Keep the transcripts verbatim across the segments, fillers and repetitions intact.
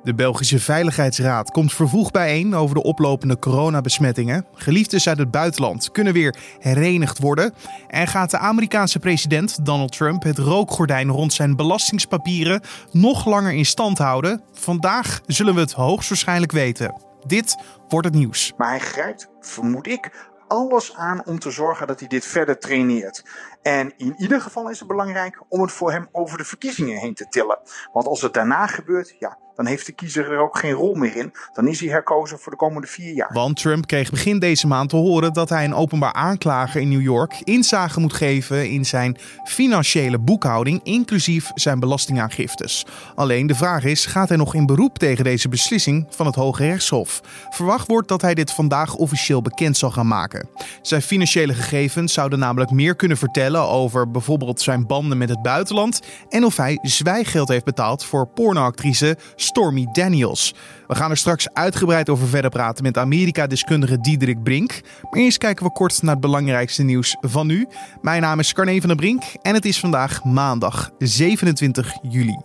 De Belgische Veiligheidsraad komt vervroegd bijeen over de oplopende coronabesmettingen. Geliefdes uit het buitenland kunnen weer herenigd worden. En gaat de Amerikaanse president Donald Trump het rookgordijn rond zijn belastingspapieren nog langer in stand houden? Vandaag zullen we het hoogstwaarschijnlijk weten. Dit wordt het nieuws. Maar hij grijpt, vermoed ik, alles aan om te zorgen dat hij dit verder traineert. En in ieder geval is het belangrijk om het voor hem over de verkiezingen heen te tillen. Want als het daarna gebeurt, ja, dan heeft de kiezer er ook geen rol meer in. Dan is hij herkozen voor de komende vier jaar. Want Trump kreeg begin deze maand te horen dat hij een openbaar aanklager in New York inzage moet geven in zijn financiële boekhouding, inclusief zijn belastingaangiftes. Alleen de vraag is, gaat hij nog in beroep tegen deze beslissing van het Hoge Rechtshof? Verwacht wordt dat hij dit vandaag officieel bekend zal gaan maken. Zijn financiële gegevens zouden namelijk meer kunnen vertellen over bijvoorbeeld zijn banden met het buitenland en of hij zwijggeld heeft betaald voor pornoactrice Stormy Daniels. We gaan er straks uitgebreid over verder praten met Amerika-deskundige Diederik Brink. Maar eerst kijken we kort naar het belangrijkste nieuws van nu. Mijn naam is Carne van der Brink en het is vandaag maandag zevenentwintig juli.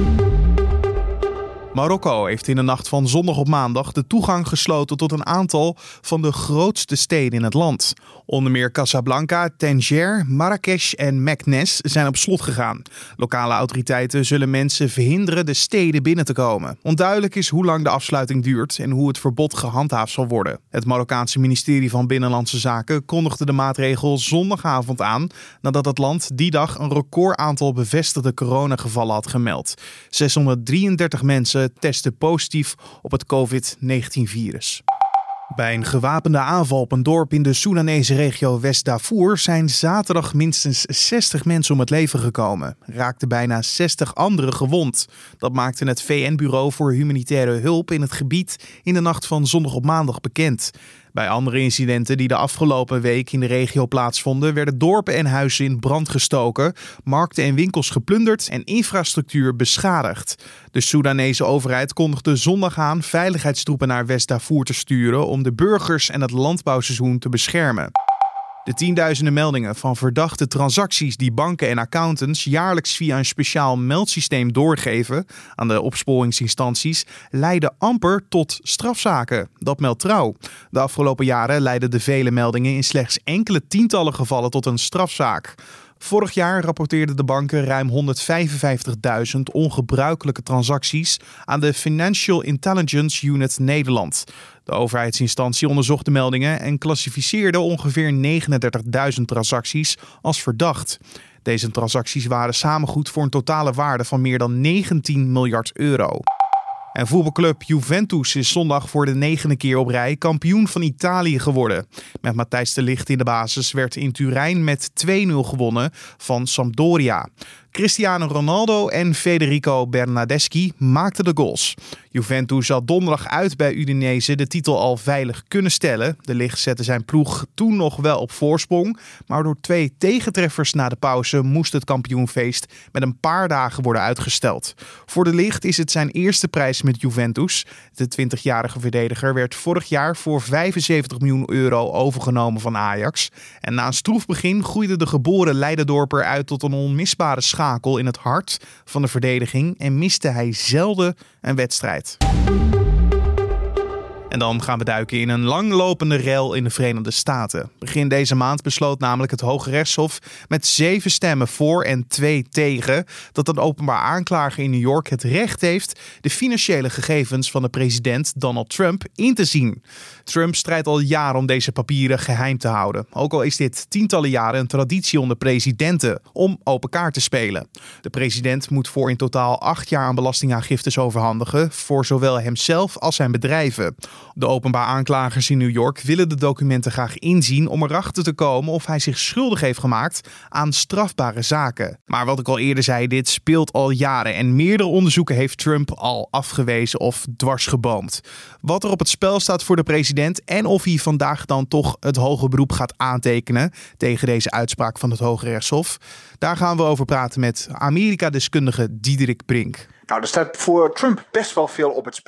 Marokko heeft in de nacht van zondag op maandag de toegang gesloten tot een aantal van de grootste steden in het land. Onder meer Casablanca, Tanger, Marrakesh en Meknes zijn op slot gegaan. Lokale autoriteiten zullen mensen verhinderen de steden binnen te komen. Onduidelijk is hoe lang de afsluiting duurt en hoe het verbod gehandhaafd zal worden. Het Marokkaanse ministerie van Binnenlandse Zaken kondigde de maatregel zondagavond aan nadat het land die dag een recordaantal bevestigde coronagevallen had gemeld. zeshonderddrieëndertig mensen testen positief op het covid negentien virus. Bij een gewapende aanval op een dorp in de Soedanese regio West-Darfur zijn zaterdag minstens zestig mensen om het leven gekomen. Raakten bijna zestig anderen gewond. Dat maakte het V N-bureau voor humanitaire hulp in het gebied in de nacht van zondag op maandag bekend. Bij andere incidenten die de afgelopen week in de regio plaatsvonden, werden dorpen en huizen in brand gestoken, markten en winkels geplunderd en infrastructuur beschadigd. De Soedanese overheid kondigde zondag aan veiligheidstroepen naar West-Darfur te sturen om de burgers en het landbouwseizoen te beschermen. De tienduizenden meldingen van verdachte transacties die banken en accountants jaarlijks via een speciaal meldsysteem doorgeven aan de opsporingsinstanties leiden amper tot strafzaken. Dat meldt Trouw. De afgelopen jaren leidden de vele meldingen in slechts enkele tientallen gevallen tot een strafzaak. Vorig jaar rapporteerden de banken ruim honderdvijfenvijftigduizend ongebruikelijke transacties aan de Financial Intelligence Unit Nederland. De overheidsinstantie onderzocht de meldingen en klassificeerde ongeveer negenendertigduizend transacties als verdacht. Deze transacties waren samengoed voor een totale waarde van meer dan negentien miljard euro. En voetbalclub Juventus is zondag voor de negende keer op rij kampioen van Italië geworden. Met Matthijs de Ligt in de basis werd in Turijn met twee nul gewonnen van Sampdoria. Cristiano Ronaldo en Federico Bernardeschi maakten de goals. Juventus had donderdag uit bij Udinese de titel al veilig kunnen stellen. De Ligt zette zijn ploeg toen nog wel op voorsprong, maar door twee tegentreffers na de pauze moest het kampioenfeest met een paar dagen worden uitgesteld. Voor de Ligt is het zijn eerste prijs met Juventus. De twintigjarige verdediger werd vorig jaar voor vijfenzeventig miljoen euro overgenomen van Ajax. En na een stroef begin groeide de geboren Leiderdorper uit tot een onmisbare schakel in het hart van de verdediging en miste hij zelden een wedstrijd. En dan gaan we duiken in een langlopende rel in de Verenigde Staten. Begin deze maand besloot namelijk het Hoge Rechtshof met zeven stemmen voor en twee tegen dat een openbaar aanklager in New York het recht heeft de financiële gegevens van de president Donald Trump in te zien. Trump strijdt al jaren om deze papieren geheim te houden. Ook al is dit tientallen jaren een traditie onder presidenten om open kaart te spelen. De president moet voor in totaal acht jaar aan belastingaangiftes overhandigen voor zowel hemzelf als zijn bedrijven. De openbaar aanklagers in New York willen de documenten graag inzien om erachter te komen of hij zich schuldig heeft gemaakt aan strafbare zaken. Maar wat ik al eerder zei, dit speelt al jaren en meerdere onderzoeken heeft Trump al afgewezen of dwarsgeboomd. Wat er op het spel staat voor de president en of hij vandaag dan toch het hoge beroep gaat aantekenen tegen deze uitspraak van het Hoge Rechtshof, daar gaan we over praten met Amerika-deskundige Diederik Brink. Nou, er staat voor Trump best wel veel op het spel.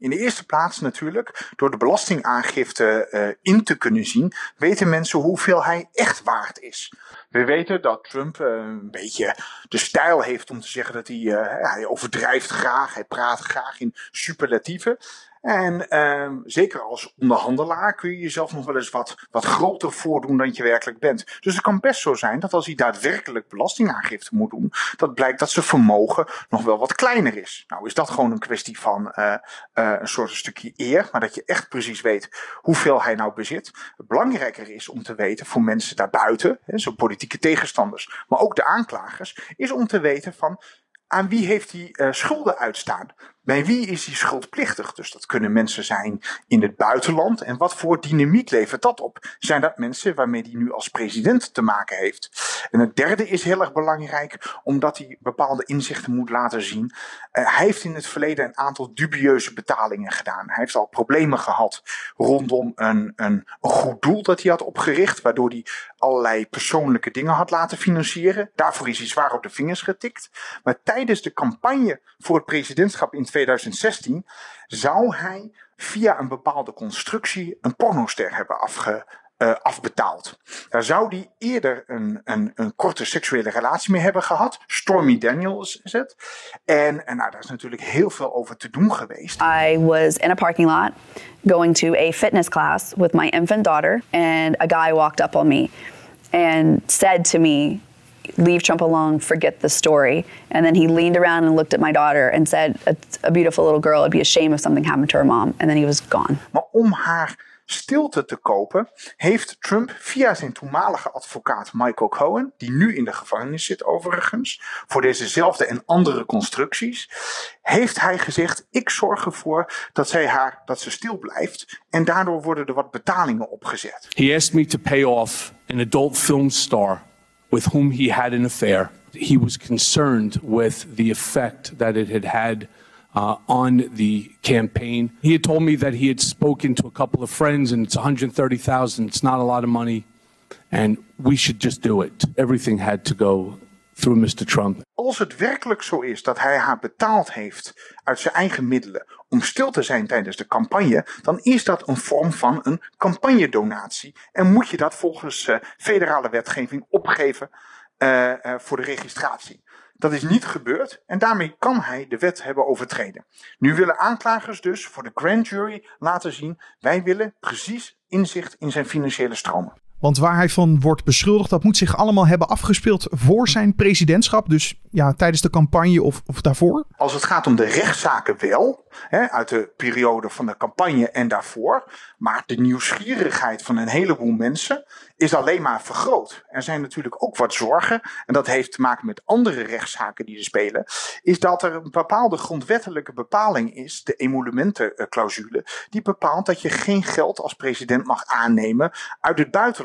In de eerste plaats natuurlijk, door de belastingaangifte uh, in te kunnen zien, weten mensen hoeveel hij echt waard is. We weten dat Trump uh, een beetje de stijl heeft om te zeggen dat hij, uh, hij overdrijft graag, hij praat graag in superlatieven. En uh, zeker als onderhandelaar kun je jezelf nog wel eens wat, wat groter voordoen dan je werkelijk bent. Dus het kan best zo zijn dat als hij daadwerkelijk belastingaangifte moet doen, dat blijkt dat zijn vermogen nog wel wat kleiner is. Nou is dat gewoon een kwestie van uh, uh, een soort stukje eer, maar dat je echt precies weet hoeveel hij nou bezit. Belangrijker is om te weten voor mensen daarbuiten, hè, zo politieke tegenstanders, maar ook de aanklagers, is om te weten van aan wie heeft hij uh, schulden uitstaan. Bij wie is hij schuldplichtig? Dus dat kunnen mensen zijn in het buitenland. En wat voor dynamiek levert dat op? Zijn dat mensen waarmee hij nu als president te maken heeft? En het derde is heel erg belangrijk, omdat hij bepaalde inzichten moet laten zien. Uh, hij heeft in het verleden een aantal dubieuze betalingen gedaan. Hij heeft al problemen gehad rondom een, een, een goed doel dat hij had opgericht, waardoor hij allerlei persoonlijke dingen had laten financieren. Daarvoor is hij zwaar op de vingers getikt. Maar tijdens de campagne voor het presidentschap in tweeduizend zestien zou hij via een bepaalde constructie een pornoster hebben afge, uh, afbetaald. Daar zou hij eerder een, een, een korte seksuele relatie mee hebben gehad. Stormy Daniels is het. En, en nou, daar is natuurlijk heel veel over te doen geweest. I was in a parking lot going to a fitness class with my infant daughter, and a guy walked up on me and said to me, "Leave Trump alone, forget the story." And then he leaned around and looked at my daughter and said, "It's a beautiful little girl. It'd be a shame if something happened to her mom." And then he was gone. Maar om haar stilte te kopen, heeft Trump via zijn toenmalige advocaat Michael Cohen, die nu in de gevangenis zit overigens, voor dezezelfde en andere constructies, heeft hij gezegd, ik zorg ervoor dat zij haar, dat ze stil blijft en daardoor worden er wat betalingen opgezet. He asked me to pay off an adult film star with whom he had an affair. He was concerned with the effect that it had had uh, on the campaign. He had told me that he had spoken to a couple of friends and it's one hundred thirty thousand dollars. It's not a lot of money and we should just do it. Everything had to go through mister Trump. Als het werkelijk zo is dat hij haar betaald heeft uit zijn eigen middelen om stil te zijn tijdens de campagne, dan is dat een vorm van een campagnedonatie. En moet je dat volgens uh, federale wetgeving opgeven uh, uh, voor de registratie. Dat is niet gebeurd en daarmee kan hij de wet hebben overtreden. Nu willen aanklagers dus voor de grand jury laten zien, wij willen precies inzicht in zijn financiële stromen. Want waar hij van wordt beschuldigd, dat moet zich allemaal hebben afgespeeld voor zijn presidentschap. Dus ja, tijdens de campagne of, of daarvoor? Als het gaat om de rechtszaken wel, hè, uit de periode van de campagne en daarvoor. Maar de nieuwsgierigheid van een heleboel mensen is alleen maar vergroot. Er zijn natuurlijk ook wat zorgen, en dat heeft te maken met andere rechtszaken die er spelen, is dat er een bepaalde grondwettelijke bepaling is, de emolumentenclausule, die bepaalt dat je geen geld als president mag aannemen uit het buitenland.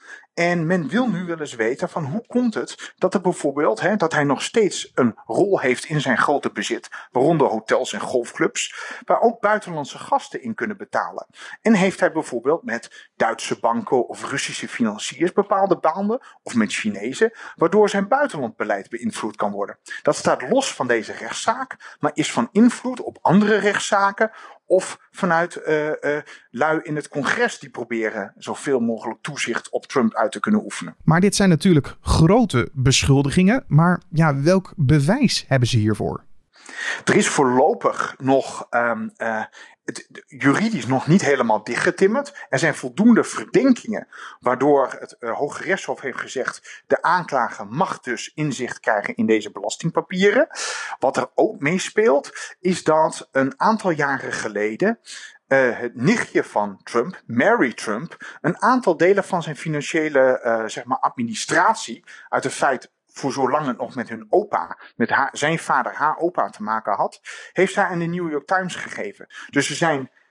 En men wil nu wel eens weten van hoe komt het dat er bijvoorbeeld, hè, dat hij nog steeds een rol heeft in zijn grote bezit, waaronder hotels en golfclubs, waar ook buitenlandse gasten in kunnen betalen. En heeft hij bijvoorbeeld met Duitse banken of Russische financiers bepaalde banden, of met Chinezen, waardoor zijn buitenlandbeleid beïnvloed kan worden. Dat staat los van deze rechtszaak, maar is van invloed op andere rechtszaken, of vanuit uh, uh, lui in het congres die proberen zoveel mogelijk toezicht op Trump uit te kunnen oefenen. Maar dit zijn natuurlijk grote beschuldigingen. Maar ja, welk bewijs hebben ze hiervoor? Er is voorlopig nog um, uh, het, juridisch nog niet helemaal dichtgetimmerd. Er zijn voldoende verdenkingen waardoor het uh, Hoge Rechtshof heeft gezegd, de aanklager mag dus inzicht krijgen in deze belastingpapieren. Wat er ook meespeelt is dat een aantal jaren geleden Uh, het nichtje van Trump, Mary Trump, een aantal delen van zijn financiële uh, zeg maar administratie uit het feit voor zolang het nog met hun opa, met haar, zijn vader, haar opa te maken had, heeft zij aan de New York Times gegeven. Dus er zijn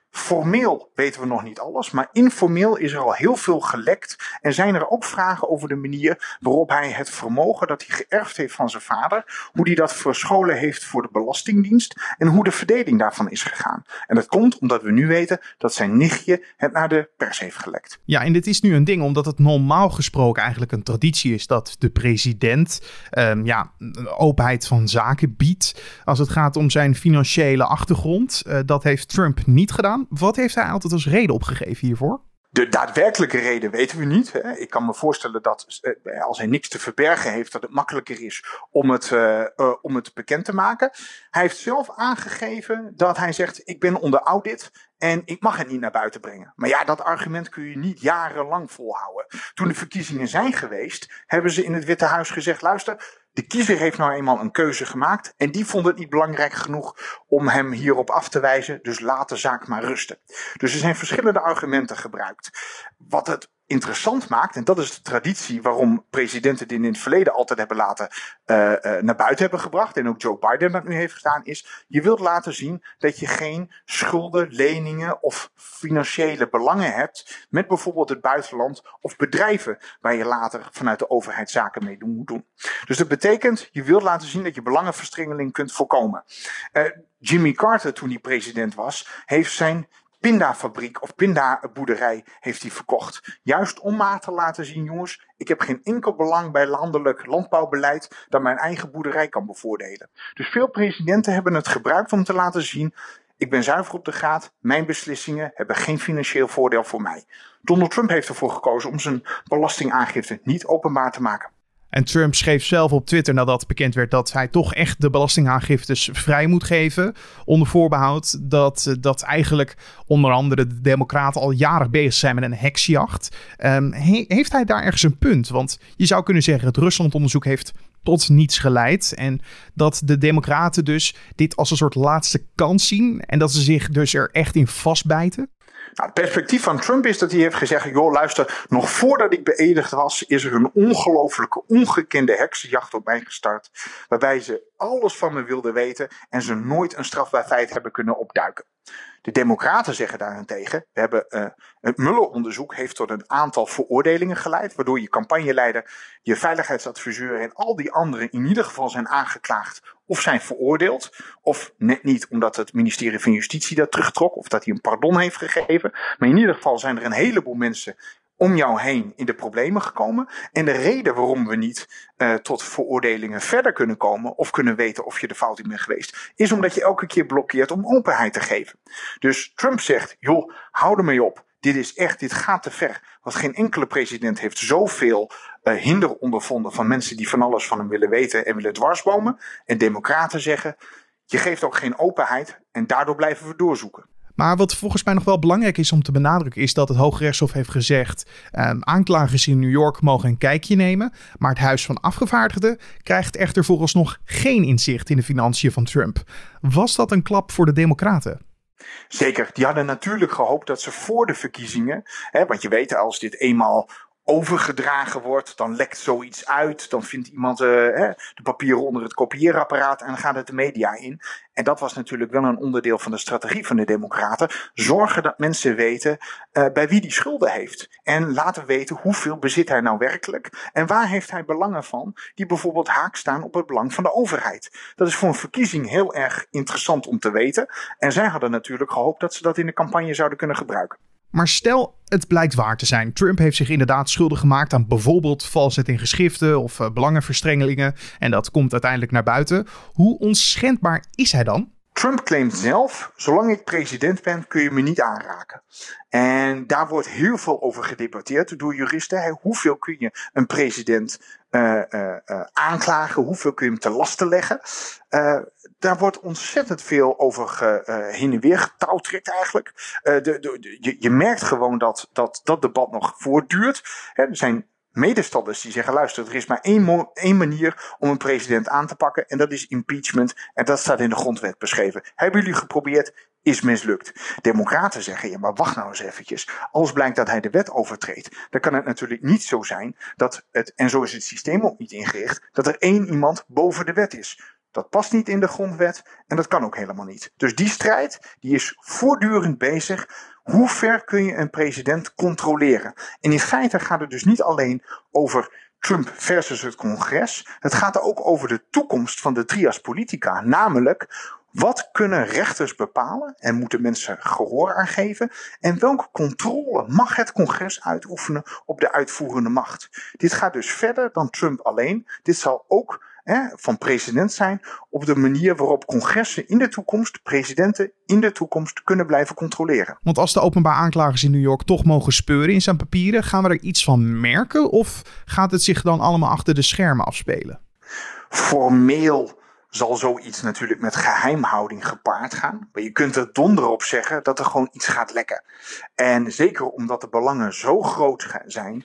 Formeel weten we nog niet alles, maar informeel is er al heel veel gelekt en zijn er ook vragen over de manier waarop hij het vermogen dat hij geërfd heeft van zijn vader, hoe hij dat verscholen heeft voor de Belastingdienst en hoe de verdeling daarvan is gegaan. En dat komt omdat we nu weten dat zijn nichtje het naar de pers heeft gelekt. Ja, en dit is nu een ding omdat het normaal gesproken eigenlijk een traditie is dat de president um, ja, openheid van zaken biedt als het gaat om zijn financiële achtergrond. Uh, dat heeft Trump niet gedaan. Wat heeft hij altijd als reden opgegeven hiervoor? De daadwerkelijke reden weten we niet. Hè. Ik kan me voorstellen dat uh, als hij niks te verbergen heeft, dat het makkelijker is om het, uh, uh, om het bekend te maken. Hij heeft zelf aangegeven dat hij zegt, ik ben onder audit en ik mag het niet naar buiten brengen. Maar ja, dat argument kun je niet jarenlang volhouden. Toen de verkiezingen zijn geweest, hebben ze in het Witte Huis gezegd, luister, de kiezer heeft nou eenmaal een keuze gemaakt en die vond het niet belangrijk genoeg om hem hierop af te wijzen, dus laat de zaak maar rusten. Dus er zijn verschillende argumenten gebruikt. Wat het interessant maakt, en dat is de traditie waarom presidenten dit in het verleden altijd hebben laten uh, uh, naar buiten hebben gebracht, en ook Joe Biden dat nu heeft gedaan, is je wilt laten zien dat je geen schulden, leningen of financiële belangen hebt met bijvoorbeeld het buitenland of bedrijven waar je later vanuit de overheid zaken mee moet doen. Dus dat betekent, je wilt laten zien dat je belangenverstrengeling kunt voorkomen. Uh, Jimmy Carter, toen hij president was, heeft zijn pindafabriek of pindaboerderij heeft hij verkocht. Juist om maar te laten zien, jongens, ik heb geen enkel belang bij landelijk landbouwbeleid dat mijn eigen boerderij kan bevoordelen. Dus veel presidenten hebben het gebruikt om te laten zien, ik ben zuiver op de graad, mijn beslissingen hebben geen financieel voordeel voor mij. Donald Trump heeft ervoor gekozen om zijn belastingaangifte niet openbaar te maken. En Trump schreef zelf op Twitter nadat bekend werd dat hij toch echt de belastingaangiftes vrij moet geven. Onder voorbehoud dat, dat eigenlijk onder andere de Democraten al jaren bezig zijn met een heksjacht. Um, he, heeft hij daar ergens een punt? Want je zou kunnen zeggen het Rusland-onderzoek heeft tot niets geleid. En dat de Democraten dus dit als een soort laatste kans zien. En dat ze zich dus er echt in vastbijten. Nou, het perspectief van Trump is dat hij heeft gezegd, joh luister, nog voordat ik beëdigd was, is er een ongelofelijke, ongekende heksenjacht op mij gestart, waarbij ze alles van me wilden weten en ze nooit een strafbaar feit hebben kunnen opduiken. De Democraten zeggen daarentegen, we hebben uh, het Mueller-onderzoek heeft tot een aantal veroordelingen geleid, waardoor je campagneleider, je veiligheidsadviseur en al die anderen in ieder geval zijn aangeklaagd of zijn veroordeeld, of net niet omdat het ministerie van Justitie dat terugtrok, of dat hij een pardon heeft gegeven. Maar in ieder geval zijn er een heleboel mensen om jou heen in de problemen gekomen. En de reden waarom we niet uh, tot veroordelingen verder kunnen komen, of kunnen weten of je de fout in bent geweest, is omdat je elke keer blokkeert om openheid te geven. Dus Trump zegt, joh, hou ermee op. Dit is echt, dit gaat te ver. Want geen enkele president heeft zoveel uh, hinder ondervonden van mensen die van alles van hem willen weten en willen dwarsbomen. En democraten zeggen, je geeft ook geen openheid en daardoor blijven we doorzoeken. Maar wat volgens mij nog wel belangrijk is om te benadrukken is dat het Hooggerechtshof heeft gezegd, eh, aanklagers in New York mogen een kijkje nemen, maar het Huis van Afgevaardigden krijgt echter vooralsnog geen inzicht in de financiën van Trump. Was dat een klap voor de Democraten? Zeker, die hadden natuurlijk gehoopt dat ze voor de verkiezingen, hè, want je weet als dit eenmaal overgedragen wordt, dan lekt zoiets uit, dan vindt iemand uh, de papieren onder het kopieerapparaat en dan gaat het de media in. En dat was natuurlijk wel een onderdeel van de strategie van de Democraten. Zorgen dat mensen weten uh, bij wie die schulden heeft. En laten weten hoeveel bezit hij nou werkelijk. En waar heeft hij belangen van die bijvoorbeeld haak staan op het belang van de overheid. Dat is voor een verkiezing heel erg interessant om te weten. En zij hadden natuurlijk gehoopt dat ze dat in de campagne zouden kunnen gebruiken. Maar stel, het blijkt waar te zijn. Trump heeft zich inderdaad schuldig gemaakt aan bijvoorbeeld valsheid in geschriften of uh, belangenverstrengelingen. En dat komt uiteindelijk naar buiten. Hoe onschendbaar is hij dan? Trump claimt zelf, zolang ik president ben, kun je me niet aanraken. En daar wordt heel veel over gedebatteerd door juristen. Hey, hoeveel kun je een president uh, uh, uh, aanklagen? Hoeveel kun je hem te lasten leggen? Uh, daar wordt ontzettend veel over ge, uh, heen en weer getouwtrekt eigenlijk. Uh, de, de, de, je, je merkt gewoon dat, dat dat debat nog voortduurt. Hè, er zijn medestanders die zeggen, luister, er is maar één, mo- één manier om een president aan te pakken en dat is impeachment en dat staat in de grondwet beschreven. Hebben jullie geprobeerd? Is mislukt. Democraten zeggen, ja maar wacht nou eens eventjes. Als blijkt dat hij de wet overtreedt, dan kan het natuurlijk niet zo zijn dat het, en zo is het systeem ook niet ingericht, dat er één iemand boven de wet is. Dat past niet in de grondwet en dat kan ook helemaal niet. Dus die strijd die is voortdurend bezig. Hoe ver kun je een president controleren? En in feite gaat het dus niet alleen over Trump versus het congres. Het gaat er ook over de toekomst van de trias politica. Namelijk, wat kunnen rechters bepalen en moeten mensen gehoor aan geven? En welke controle mag het congres uitoefenen op de uitvoerende macht? Dit gaat dus verder dan Trump alleen. Dit zal ook hè, van president zijn op de manier waarop congressen in de toekomst, presidenten in de toekomst kunnen blijven controleren. Want als de openbaar aanklagers in New York toch mogen speuren in zijn papieren, gaan we er iets van merken of gaat het zich dan allemaal achter de schermen afspelen? Formeel zal zoiets natuurlijk met geheimhouding gepaard gaan. Maar je kunt er donder op zeggen dat er gewoon iets gaat lekken. En zeker omdat de belangen zo groot zijn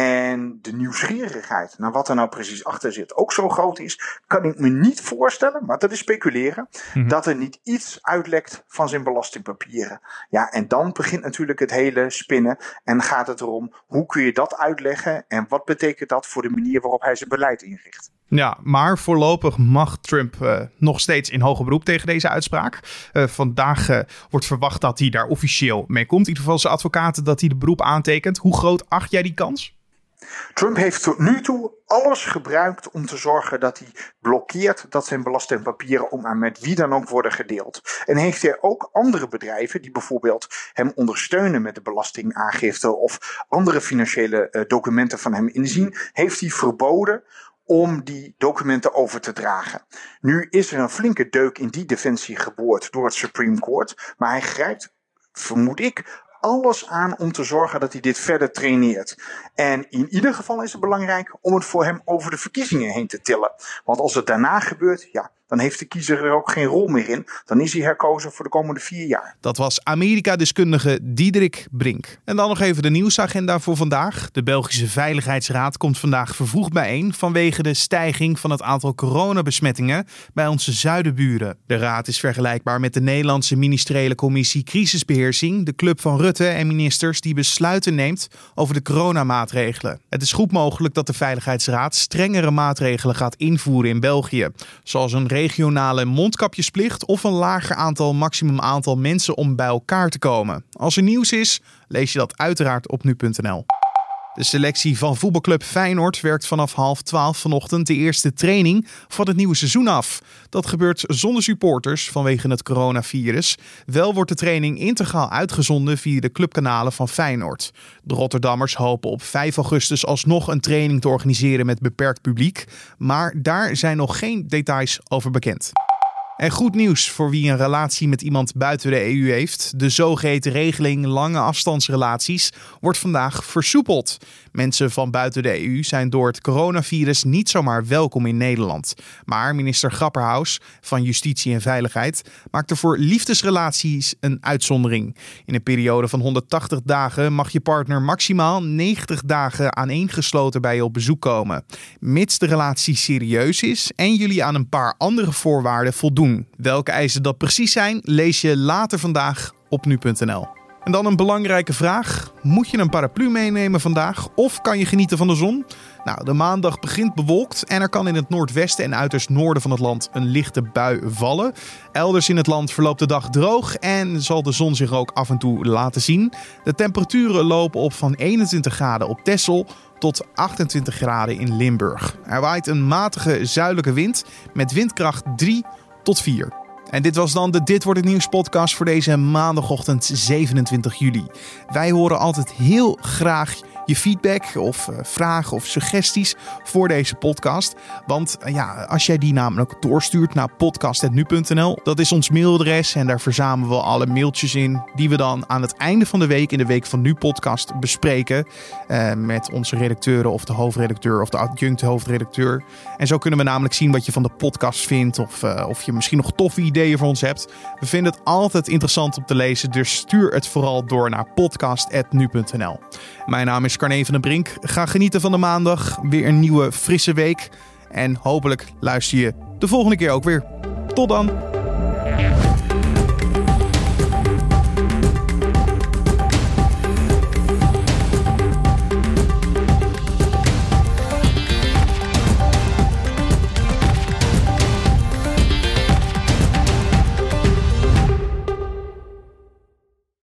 en de nieuwsgierigheid naar wat er nou precies achter zit ook zo groot is, kan ik me niet voorstellen, maar dat is speculeren, mm-hmm. dat er niet iets uitlekt van zijn belastingpapieren. Ja, en dan begint natuurlijk het hele spinnen en gaat het erom hoe kun je dat uitleggen en wat betekent dat voor de manier waarop hij zijn beleid inricht. Ja, maar voorlopig mag Trump uh, nog steeds in hoger beroep tegen deze uitspraak. Uh, vandaag uh, wordt verwacht dat hij daar officieel mee komt. In ieder geval zijn advocaten dat hij de beroep aantekent. Hoe groot acht jij die kans? Trump heeft tot nu toe alles gebruikt om te zorgen dat hij blokkeert dat zijn belastingpapieren om aan met wie dan ook worden gedeeld. En heeft hij ook andere bedrijven die bijvoorbeeld hem ondersteunen met de belastingaangifte of andere financiële uh, documenten van hem inzien, heeft hij verboden om die documenten over te dragen. Nu is er een flinke deuk in die defensie geboord door het Supreme Court, maar hij grijpt, vermoed ik, alles aan om te zorgen dat hij dit verder traineert. En in ieder geval is het belangrijk om het voor hem over de verkiezingen heen te tillen. Want als het daarna gebeurt, ja, dan heeft de kiezer er ook geen rol meer in. Dan is hij herkozen voor de komende vier jaar. Dat was Amerika-deskundige Diederik Brink. En dan nog even de nieuwsagenda voor vandaag. De Belgische Veiligheidsraad komt vandaag vervroegd bijeen vanwege de stijging van het aantal coronabesmettingen bij onze zuidenburen. De raad is vergelijkbaar met de Nederlandse ministeriële commissie crisisbeheersing, de club van Rutte en ministers die besluiten neemt over de coronamaatregelen. Het is goed mogelijk dat de Veiligheidsraad strengere maatregelen gaat invoeren in België, zoals een regionale mondkapjesplicht of een lager aantal maximum aantal mensen om bij elkaar te komen. Als er nieuws is, lees je dat uiteraard op nu punt n l. De selectie van voetbalclub Feyenoord werkt vanaf half twaalf vanochtend de eerste training van het nieuwe seizoen af. Dat gebeurt zonder supporters vanwege het coronavirus. Wel wordt de training integraal uitgezonden via de clubkanalen van Feyenoord. De Rotterdammers hopen op vijf augustus alsnog een training te organiseren met beperkt publiek. Maar daar zijn nog geen details over bekend. En goed nieuws voor wie een relatie met iemand buiten de E U heeft. De zogeheten regeling lange afstandsrelaties wordt vandaag versoepeld. Mensen van buiten de E U zijn door het coronavirus niet zomaar welkom in Nederland. Maar minister Grapperhaus van Justitie en Veiligheid maakt er voor liefdesrelaties een uitzondering. In een periode van honderdtachtig dagen mag je partner maximaal negentig dagen aaneengesloten bij je op bezoek komen. Mits de relatie serieus is en jullie aan een paar andere voorwaarden voldoen. Welke eisen dat precies zijn, lees je later vandaag op nu punt n l. En dan een belangrijke vraag. Moet je een paraplu meenemen vandaag of kan je genieten van de zon? Nou, de maandag begint bewolkt en er kan in het noordwesten en uiterst noorden van het land een lichte bui vallen. Elders in het land verloopt de dag droog en zal de zon zich ook af en toe laten zien. De temperaturen lopen op van eenentwintig graden op Texel tot achtentwintig graden in Limburg. Er waait een matige zuidelijke wind met windkracht drie tot vier. En dit was dan de Dit Wordt Het Nieuws podcast voor deze maandagochtend zevenentwintig juli. Wij horen altijd heel graag je feedback of uh, vragen of suggesties voor deze podcast. Want uh, ja, als jij die namelijk doorstuurt naar podcast punt nu punt n l, dat is ons mailadres en daar verzamelen we alle mailtjes in die we dan aan het einde van de week in de Week van Nu podcast bespreken uh, met onze redacteuren of de hoofdredacteur of de adjunct hoofdredacteur. En zo kunnen we namelijk zien wat je van de podcast vindt of, uh, of je misschien nog toffe ideeën voor ons hebt. We vinden het altijd interessant om te lezen, dus stuur het vooral door naar podcast punt nu punt n l. Mijn naam is Carne van den Brink. Ga genieten van de maandag. Weer een nieuwe frisse week. En hopelijk luister je de volgende keer ook weer. Tot dan!